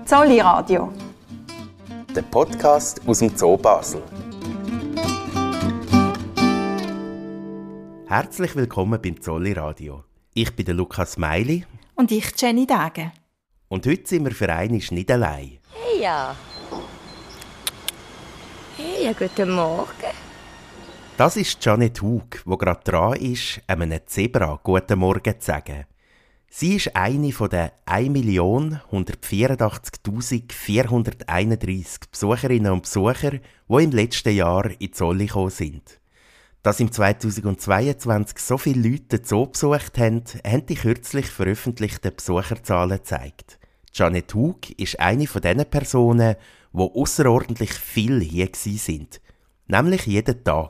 Zolli Radio. Der Podcast aus dem Zoo Basel. Herzlich willkommen beim Zolli Radio. Ich bin der Lukas Meili. Und ich, Jenny Dage. Und heute sind wir für einmal nicht allein. Hey, ja. Hey, ja, guten Morgen. Das ist Janet Hug, die gerade dran ist, einem Zebra «Guten Morgen» zu sagen. Sie ist eine von den 1.184.431 Besucherinnen und Besucher, die im letzten Jahr in Zolli gekommen sind. Dass im 2022 so viele Leute den Zoo besucht haben, haben die kürzlich veröffentlichten Besucherzahlen gezeigt. Janet Hug ist eine von diesen Personen, die ausserordentlich viel hier waren. Nämlich jeden Tag.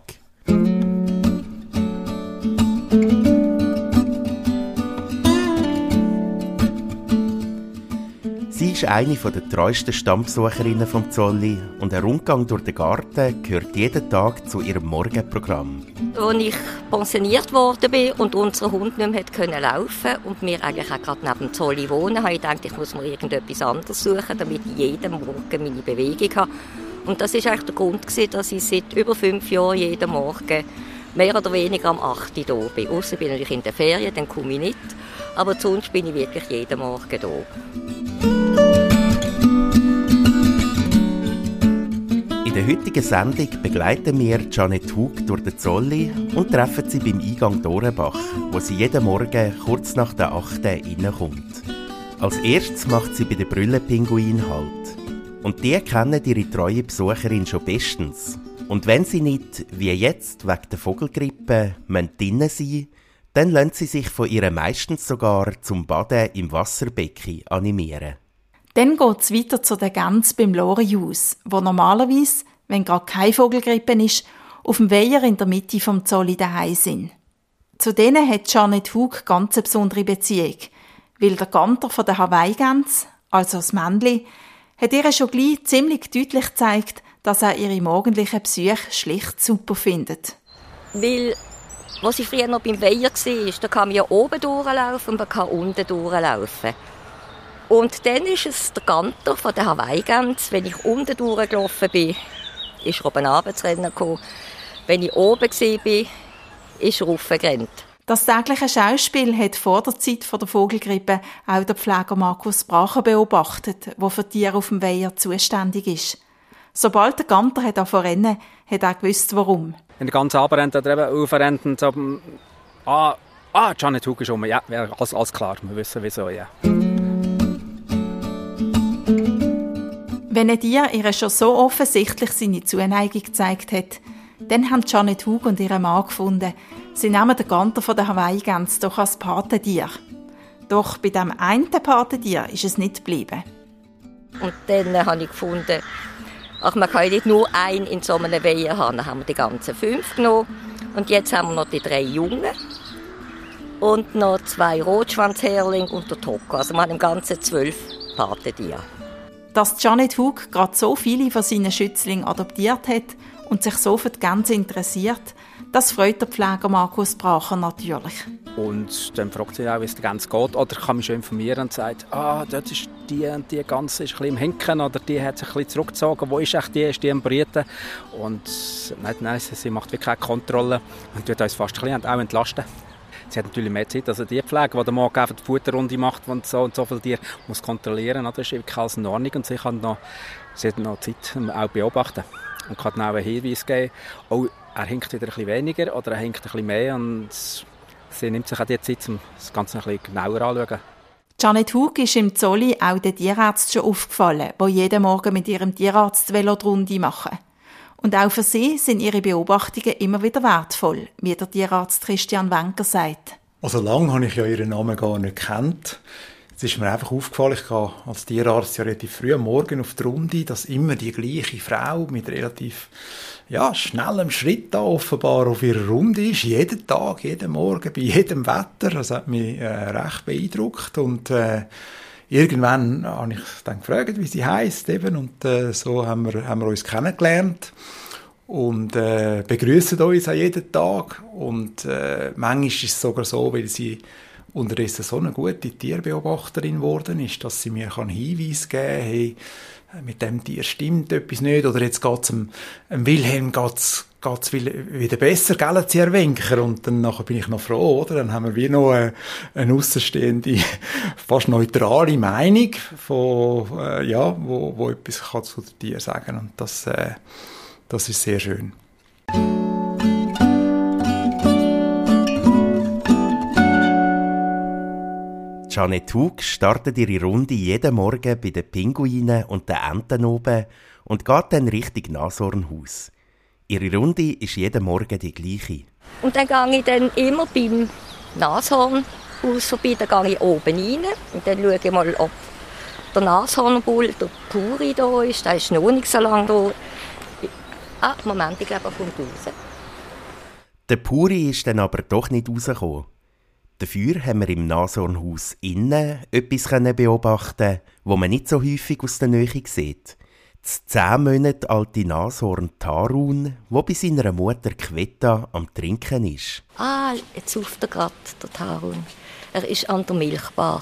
Sie ist eine der treuesten Stammbesucherinnen vom Zolli und ein Rundgang durch den Garten gehört jeden Tag zu ihrem Morgenprogramm. Als ich pensioniert worden bin und unser Hund nicht mehr laufen konnte und wir eigentlich auch gerade neben dem Zolli wohnen, habe ich gedacht, ich muss mir irgendetwas anderes suchen, damit ich jeden Morgen meine Bewegung habe. Und das war eigentlich der Grund, dass ich seit über 5 Jahren jeden Morgen mehr oder weniger am 8 Uhr da bin. Ausser bin ich in den Ferien, dann komme ich nicht. Aber sonst bin ich wirklich jeden Morgen da. In der heutigen Sendung begleiten wir Janet Hug durch den Zolli und treffen sie beim Eingang Dorenbach, wo sie jeden Morgen kurz nach der 8 reinkommt. Als erstes macht sie bei den Brüllenpinguinen Halt. Und die kennen ihre treue Besucherin schon bestens. Und wenn sie nicht, wie jetzt, wegen der Vogelgrippe, drinnen sein, dann lassen sie sich von ihr meistens sogar zum Baden im Wasserbecken animieren. Dann geht es weiter zu den Gänsen beim Lorihaus, wo normalerweise, wenn gerade keine Vogelgrippe ist, auf dem Weiher in der Mitte vom Zolli daheim sind. Zu denen hat Janet Hug ganz eine besondere Beziehung, weil der Ganter von der Hawaii-Gans, also das Männli, hat ihr schon gleich ziemlich deutlich gezeigt, dass er ihre morgendlichen Besuche schlicht super findet. Weil, als ich früher noch beim Weiher war, da kann man ja oben durchlaufen und man kann unten durchlaufen. Und dann ist es der Ganter von der Hawaii-Gans. Wenn ich unten durchgelaufen bin, ist er oben runterzurennen gekommen. Wenn ich oben war, ist er raufgerannt. Das tägliche Schauspiel hat vor der Zeit der Vogelgrippe auch der Pfleger Markus Bracher beobachtet, der für Tiere auf dem Weiher zuständig ist. Sobald der Ganter rennen hat er gewusst, warum. Wenn der ganze Abend oder eben aufrennt und so, Janet Hug ist um, ja, alles klar, wir wissen wieso, ja. Wenn ein Tier ihr schon so offensichtlich seine Zuneigung gezeigt hat, dann haben Janet Hug und ihr Mann gefunden, sie nehmen den Ganter von der Hawaii-Gans doch als Patentier. Doch bei diesem einen Patentier ist es nicht geblieben. Und dann habe ich gefunden, man kann ja nicht nur einen in so einem Weiher haben. Dann haben wir die ganzen 5 genommen. Und jetzt haben wir noch die 3 Jungen. Und noch 2 Rotschwanzhährlinge und der Toko. Also wir haben im Ganzen 12 Patentiere. Dass Janet Hug gerade so viele von seinen Schützlingen adoptiert hat und sich so für die Gänse interessiert, das freut der Pfleger Markus Bracher natürlich. Und dann fragt sie auch, wie es der Gans geht. Oder kann mich schon informieren und sagt, dort ist die und die Gans ist ein bisschen im Hinken oder die hat sich ein bisschen zurückgezogen. Wo ist echt die? Ist die am Brüten? Und nein, sie macht wirklich keine Kontrolle und tut uns fast ein bisschen auch entlasten. Sie hat natürlich mehr Zeit, also die Pflege, die der Morgen einfach die Futterrunde macht und so viele Tiere muss kontrollieren. Das ist wirklich alles in Ordnung und sie hat noch Zeit auch beobachten und kann dann auch einen Hinweis geben, er hinkt wieder ein bisschen weniger oder er hinkt ein bisschen mehr und sie nimmt sich auch die Zeit, um das Ganze ein bisschen genauer anzuschauen. Janet Hug ist im Zolli auch den Tierärzten schon aufgefallen, die jeden Morgen mit ihrem Tierarzt die Velorunde machen. Und auch für sie sind ihre Beobachtungen immer wieder wertvoll, wie der Tierarzt Christian Wenker sagt. Also lange habe ich ja ihren Namen gar nicht gekannt. Es ist mir einfach aufgefallen, ich gehe als Tierarzt ja relativ früh am Morgen auf die Runde, dass immer die gleiche Frau mit relativ schnellem Schritt da offenbar auf ihrer Runde ist. Jeden Tag, jeden Morgen, bei jedem Wetter. Das hat mich recht beeindruckt. Und irgendwann habe ich dann gefragt, wie sie heisst eben. Und so haben wir uns kennengelernt. Und begrüßen uns auch jeden Tag. Und manchmal ist es sogar so, weil sie unterdessen so eine gute Tierbeobachterin geworden ist, dass sie mir Hinweise geben kann, hey, mit dem Tier stimmt etwas nicht, oder jetzt geht es dem Wilhelm geht's wieder besser, gell, Sie Herr Wenker? Und dann nachher bin ich noch froh, oder? Dann haben wir wie noch eine aussenstehende, fast neutrale Meinung von, wo etwas kann zu den Tieren sagen kann. Und das ist sehr schön. Jeanette Hug startet ihre Runde jeden Morgen bei den Pinguinen und den Enten oben und geht dann Richtung Nashornhaus. Ihre Runde ist jeden Morgen die gleiche. Und dann gehe ich dann immer beim Nashornhaus vorbei, dann gehe ich oben rein und dann schaue ich mal, ob der Nashornbull, der Puri da ist, der ist noch nicht so lange da. Moment, ich glaube, er kommt raus. Der Puri ist dann aber doch nicht rausgekommen. Dafür haben wir im Nashornhaus innen etwas beobachten, das man nicht so häufig aus der Nähe sieht. Das 10 Monate alte Nashorn Tarun, das bei seiner Mutter Quetta am Trinken ist. Jetzt sauft er gerade, der Tarun. Er ist an der Milchbar.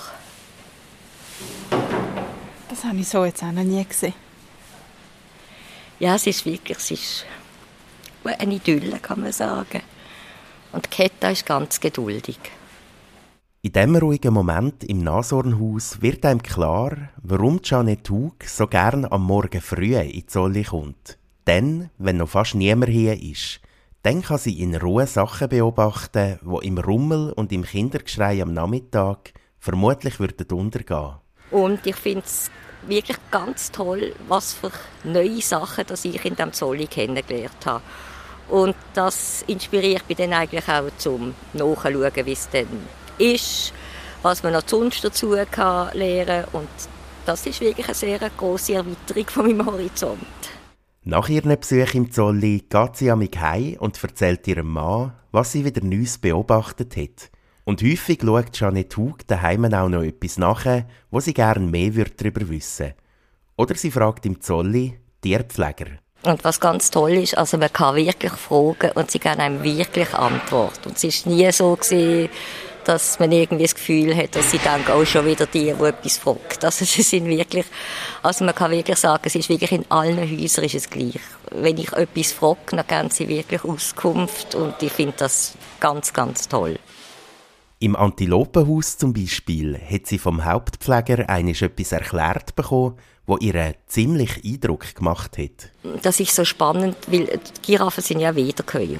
Das habe ich so jetzt auch noch nie gesehen. Ja, es ist eine Idylle, kann man sagen. Und Quetta ist ganz geduldig. In diesem ruhigen Moment im Nashornhaus wird einem klar, warum Jeanette Hug so gern am Morgen früh in die Zolli kommt. Dann, wenn noch fast niemand hier ist, dann kann sie in Ruhe Sachen beobachten, die im Rummel und im Kindergeschrei am Nachmittag vermutlich würden untergehen. Und ich finde es wirklich ganz toll, was für neue Sachen dass ich in diesem Zolli kennengelernt habe. Und das inspiriert mich dann eigentlich auch zum Nachschauen, wie es dann ist, was man noch sonst dazu kann lernen kann. Und das ist wirklich eine sehr grosse Erweiterung von meinem Horizont. Nach ihren Besuch im Zolli geht sie amig heim und erzählt ihrem Mann, was sie wieder Neues beobachtet hat. Und häufig schaut Jeanette Hug daheim auch noch etwas nach, wo sie gerne mehr darüber wissen würde. Oder sie fragt im Zolli Tierpfleger. Und was ganz toll ist, also man kann wirklich fragen und sie geben einem wirklich Antwort. Und es war nie so gewesen, dass man irgendwie das Gefühl hat, dass sie denken, auch schon wieder die etwas fragt. Also sie sind wirklich, also man kann wirklich sagen, es ist wirklich in allen Häusern ist es gleich. Wenn ich etwas frage, dann geben sie wirklich Auskunft und ich finde das ganz, ganz toll. Im Antilopenhaus zum Beispiel hat sie vom Hauptpfleger einmal etwas erklärt bekommen, das ihr ziemlich Eindruck gemacht hat. Das ist so spannend, weil die Giraffen sind ja Wiederkäuer.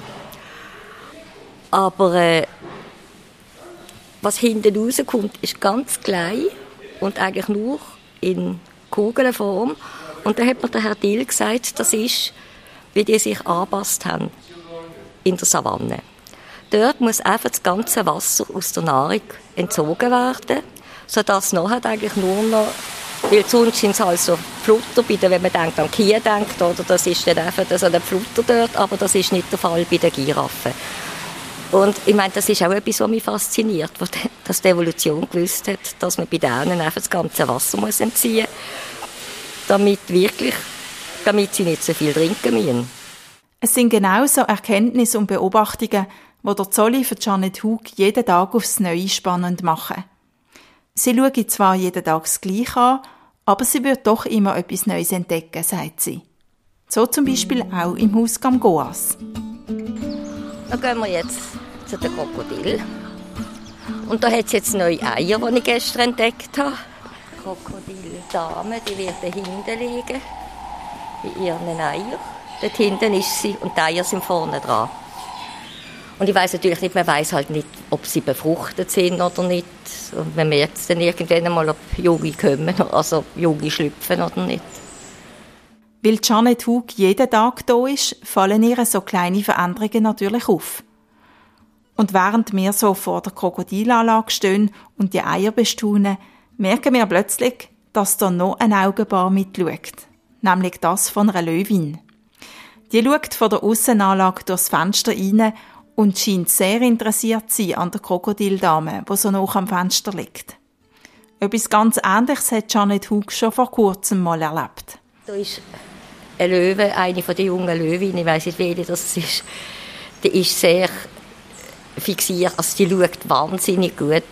Aber was hinten rauskommt, ist ganz klein und eigentlich nur in Kugelform. Und da hat mir der Herr Dill gesagt, das ist, wie die sich angepasst haben in der Savanne. Dort muss einfach das ganze Wasser aus der Nahrung entzogen werden, sodass nachher eigentlich nur noch, weil sonst sind es also Flutter, wenn man denkt, an Kühe denkt, oder das ist dann einfach so ein Flutter dort, aber das ist nicht der Fall bei den Giraffen. Und ich meine, das ist auch etwas, was mich fasziniert, dass die Evolution gewusst hat, dass man bei denen einfach das ganze Wasser muss entziehen muss, damit sie nicht so viel trinken müssen. Es sind genauso Erkenntnisse und Beobachtungen, die der Zolli für Jeanette Hug jeden Tag aufs Neue spannend machen. Sie schaut zwar jeden Tag das Gleiche an, aber sie wird doch immer etwas Neues entdecken, sagt sie. So zum Beispiel auch im Haus Gamgoas. Dann gehen wir jetzt zu den Krokodil. Und da hat es jetzt neue Eier, die ich gestern entdeckt habe. Die Krokodildame, die wird da hinten liegen, bei ihren Eiern. Dort hinten ist sie und die Eier sind vorne dran. Und ich weiss natürlich nicht, man weiss halt nicht, ob sie befruchtet sind oder nicht. Und man merkt es dann irgendwann einmal, ob Junge kommen, also Junge schlüpfen oder nicht. Weil Jeanette Hug jeden Tag da ist, fallen ihr so kleine Veränderungen natürlich auf. Und während wir so vor der Krokodilanlage stehen und die Eier bestaunen, merken wir plötzlich, dass da noch ein Augenpaar mitschaut. Nämlich das von einer Löwin. Die schaut von der Aussenanlage durchs Fenster rein und scheint sehr interessiert zu sein an der Krokodildame, die so nah am Fenster liegt. Etwas ganz Ähnliches hat Jeanette Hug schon vor kurzem mal erlebt. Da ist eine Löwe, eine von den jungen Löwinnen, ich weiss nicht, welche das ist, die ist sehr fixiert, also die schaut wahnsinnig gut.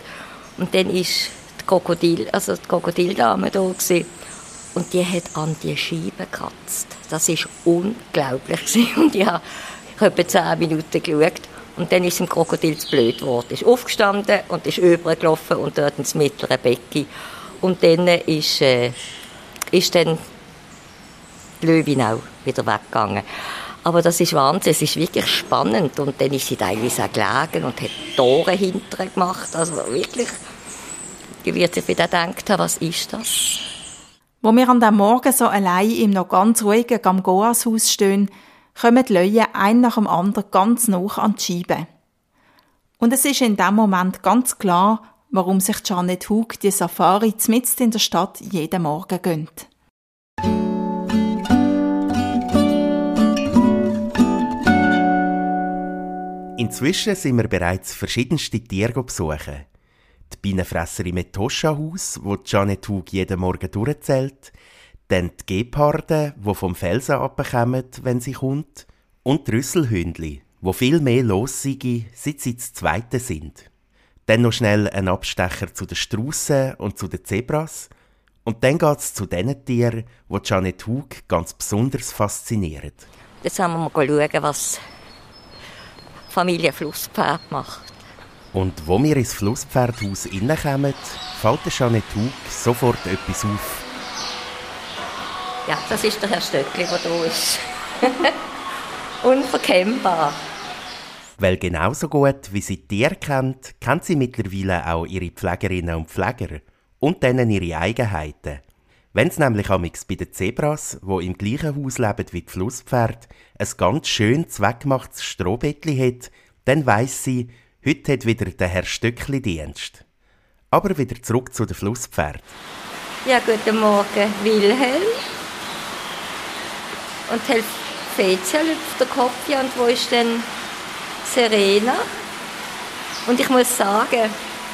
Und dann ist die Krokodildame da gewesen. Und die hat an die Scheibe gekratzt. Das war unglaublich. Und ich habe etwa 10 Minuten geschaut. Und dann ist dem Krokodil zu blöd geworden. Er ist aufgestanden und ist übergelaufen und dort ins mittlere Becken. Und dann ist dann die Löwin auch wieder weggegangen. Aber das ist Wahnsinn, es ist wirklich spannend. Und dann ist sie teilweise auch gelegen und hat Tore hinterher gemacht. Also wirklich, ich würde sich wieder gedacht haben, was ist das? Wo wir an diesem Morgen so allein im noch ganz ruhigen Gamgoas-Haus stehen, kommen die Löwen ein nach dem anderen ganz nah an die Scheibe. Und es ist in dem Moment ganz klar, warum sich Janet Hug die Safari mitten in der Stadt jeden Morgen gönnt. Inzwischen sind wir bereits verschiedenste Tiere besuchen. Die Bienenfresserin mit Toscha-Haus, wo Janet Hug jeden Morgen durchzählt, dann die Geparde, die vom Felsen abkommen, wenn sie kommt, und die Rüsselhündli, wo viel mehr los sind, seit sie das Zweite sind. Dann noch schnell ein Abstecher zu den Straussen und zu den Zebras. Und dann geht es zu den Tieren, die Janet Hug ganz besonders faszinieren. Jetzt haben wir mal schauen, was Familie Flusspferd macht. Und wo wir ins Flusspferdhaus hineinkommen, fällt Janet Hug sofort etwas auf. Ja, das ist der Herr Stöckli, der da ist. Unverkennbar. Weil genauso gut, wie sie Tiere kennt, kennt sie mittlerweile auch ihre Pflegerinnen und Pfleger und denen ihre Eigenheiten. Wenn es nämlich amigs bei den Zebras, die im gleichen Haus leben wie die Flusspferde, ein ganz schön zweckgemachtes Strohbettli hat, dann weiss sie, heute hat wieder der Herr Stöckli Dienst. Aber wieder zurück zu den Flusspferden. Ja, guten Morgen, Wilhelm. Und Helvetia lüpft der Kopf, ja, und wo ist denn Serena? Und ich muss sagen,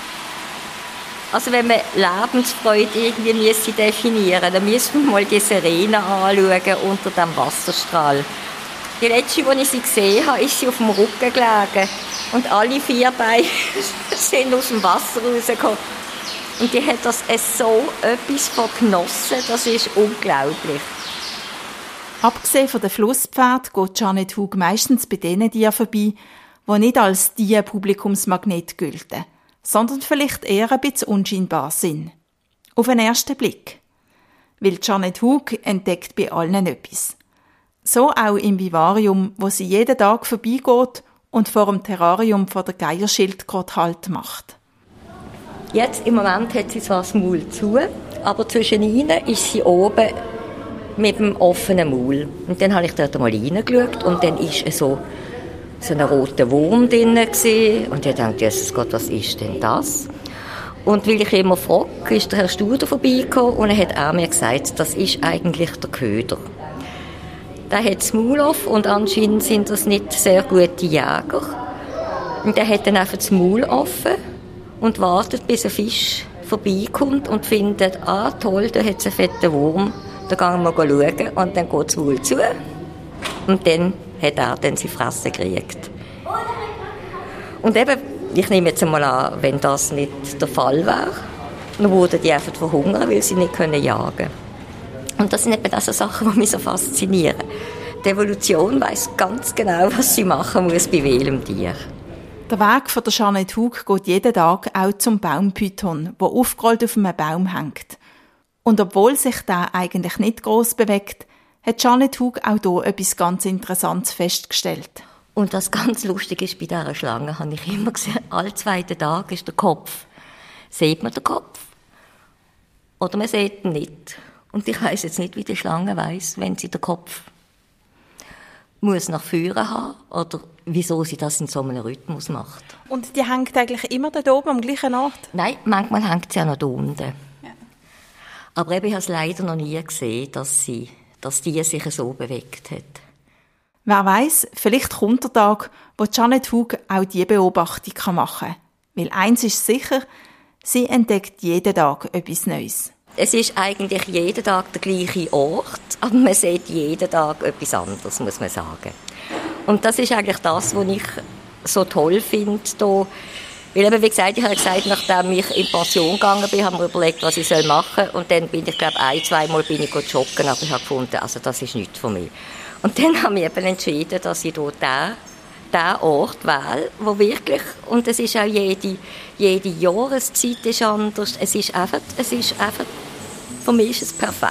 also wenn man Lebensfreude irgendwie definieren müsste, dann müsste man mal die Serena anschauen unter dem Wasserstrahl. Die letzte, als ich sie gesehen habe, ist sie auf dem Rücken gelegen. Und alle 4 Beine sind aus dem Wasser rausgekommen. Und die hat das so etwas von genossen, das ist unglaublich. Abgesehen von den Flusspferden geht Janet Hug meistens bei denen Tieren vorbei, die nicht als die Publikumsmagnet gelten, sondern vielleicht eher ein bisschen unscheinbar sind. Auf den ersten Blick. Weil Janet Hug entdeckt bei allen etwas. So auch im Vivarium, wo sie jeden Tag vorbeigeht und vor dem Terrarium von der Geierschildkröte Halt macht. Jetzt im Moment hat sie zwar das Maul zu, aber zwischen ihnen ist sie oben mit dem offenen Maul. Und dann habe ich dort mal reingeschaut und dann war so ein roter Wurm drin. Und ich dachte, Jesus Gott, was ist denn das? Und weil ich immer frage, ist der Herr Studer vorbeigekommen und er hat auch mir gesagt, das ist eigentlich der Köder. Der hat das Maul offen und anscheinend sind das nicht sehr gute Jäger. Und der hat dann einfach das Maul offen und wartet, bis ein Fisch vorbeikommt und findet, toll, da hat es einen fetten Wurm, da gehen wir schauen und dann geht das Maul zu. Und dann hat er dann seine Fresse gekriegt. Und eben, ich nehme jetzt einmal an, wenn das nicht der Fall wäre, dann würden die einfach verhungern, weil sie nicht jagen können. Und das sind eben auch so Sachen, die mich so faszinieren. Die Evolution weiss ganz genau, was sie machen muss bei welchem Tier. Der Weg von der Janet Hug geht jeden Tag auch zum Baumpython, der aufgerollt auf einem Baum hängt. Und obwohl sich der eigentlich nicht gross bewegt, hat Janet Hug auch hier etwas ganz Interessantes festgestellt. Und was ganz lustig ist bei dieser Schlange, habe ich immer gesehen, alle 2 Tage ist der Kopf. Sieht man den Kopf? Oder man sieht ihn nicht? Und ich weiss jetzt nicht, wie die Schlange weiss, wenn sie den Kopf muss nach vorne haben oder wieso sie das in so einem Rhythmus macht. Und die hängt eigentlich immer da oben am gleichen Ort? Nein, manchmal hängt sie auch noch da unten. Ja. Aber eben, ich habe es leider noch nie gesehen, dass die sich so bewegt hat. Wer weiss, vielleicht kommt der Tag, wo Janet Hug auch diese Beobachtung machen kann. Weil eins ist sicher, sie entdeckt jeden Tag etwas Neues. Es ist eigentlich jeden Tag der gleiche Ort, aber man sieht jeden Tag etwas anderes, muss man sagen. Und das ist eigentlich das, was ich so toll finde hier, Weil eben, wie gesagt, ich habe gesagt, nachdem ich in Pension gegangen bin, habe ich mir überlegt, was ich machen soll. Und dann bin ich, glaube ich, 1-2 Mal bin ich joggen, aber ich habe gefunden, also das ist nichts von mir. Und dann habe ich eben entschieden, dass ich dort den Ort wähle, wo wirklich, und es ist auch jede Jahreszeit ist anders, es ist einfach, für mich ist es perfekt.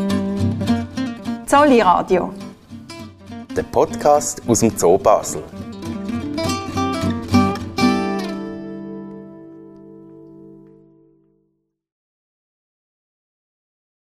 Zolli Radio. Der Podcast aus dem Zoo Basel.